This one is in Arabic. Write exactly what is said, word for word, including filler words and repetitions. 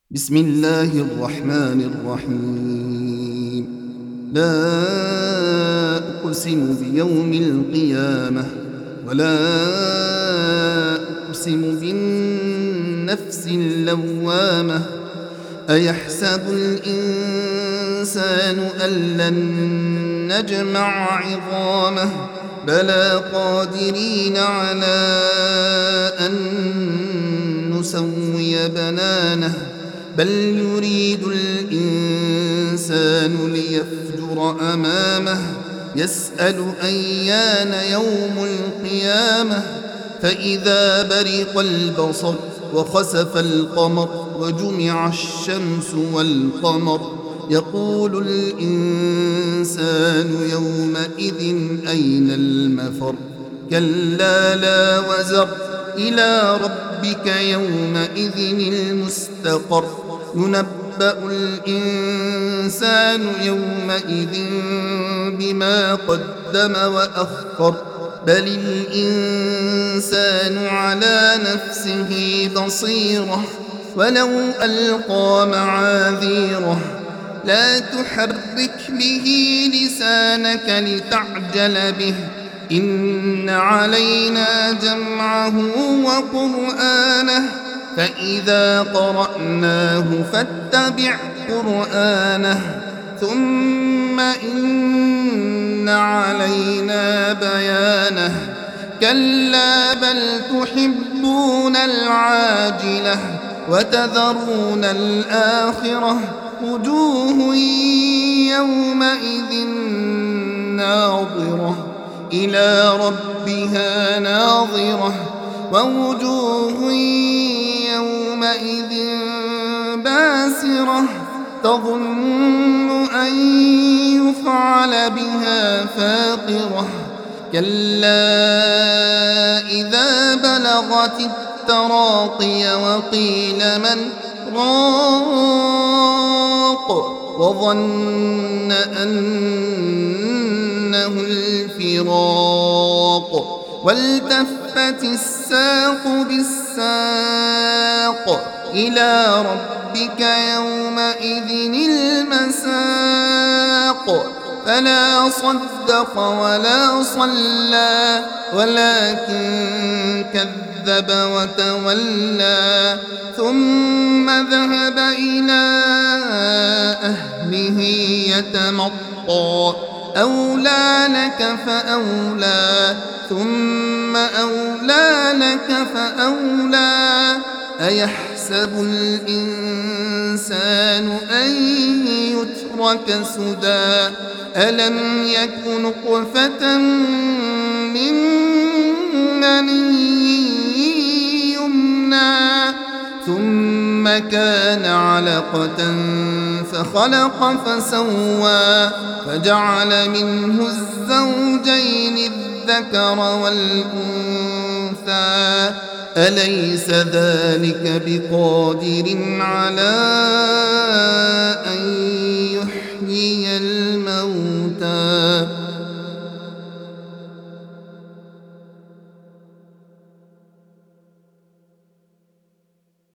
بسم الله الرحمن الرحيم. لا أقسم بيوم القيامة ولا أقسم بالنفس اللوامة. أيحسب الإنسان أن لن نجمع عظامه بلى قادرين على أن نسوي بنانه بل يريد الإنسان ليفجر أمامه يسأل أيان يوم القيامة فإذا برق البصر وخسف القمر وجمع الشمس والقمر يقول الإنسان يومئذ أين المفر كلا لا وزر إلى ربك يومئذ المستقر ينبأ الإنسان يومئذ بما قدم وأخر بل الإنسان على نفسه بصيرة ولو ألقى معاذيره لا تحرك به لسانك لتعجل به إن علينا جمعه وقرآنه فإذا قرأناه فاتبع قرآنه ثم إن علينا بيانه كلا بل تحبون العاجلة وتذرون الآخرة وجوه يومئذ ناظرة إلى ربها ناظرة ووجوه يومئذ باسرة تظن أن يفعل بها فاقرة كلا إذا بلغت التراقي وقيل من راق وظن أنه الفراق والتفت الساق بالساق إلى ربك يومئذ المساق فلا صدق ولا صلى ولكن كذب وتولى ثم ذهب إلى أهله يتمطى أولى لك فأولى ثم أولى لك فأولى أيحسب الإنسان أن يترك سدى ألم يك نطفة من مني يمنى ثم كان علقة فخلق فسوى فجعل منه الزوجين الذكر والأنثى أليس ذلك بقادر على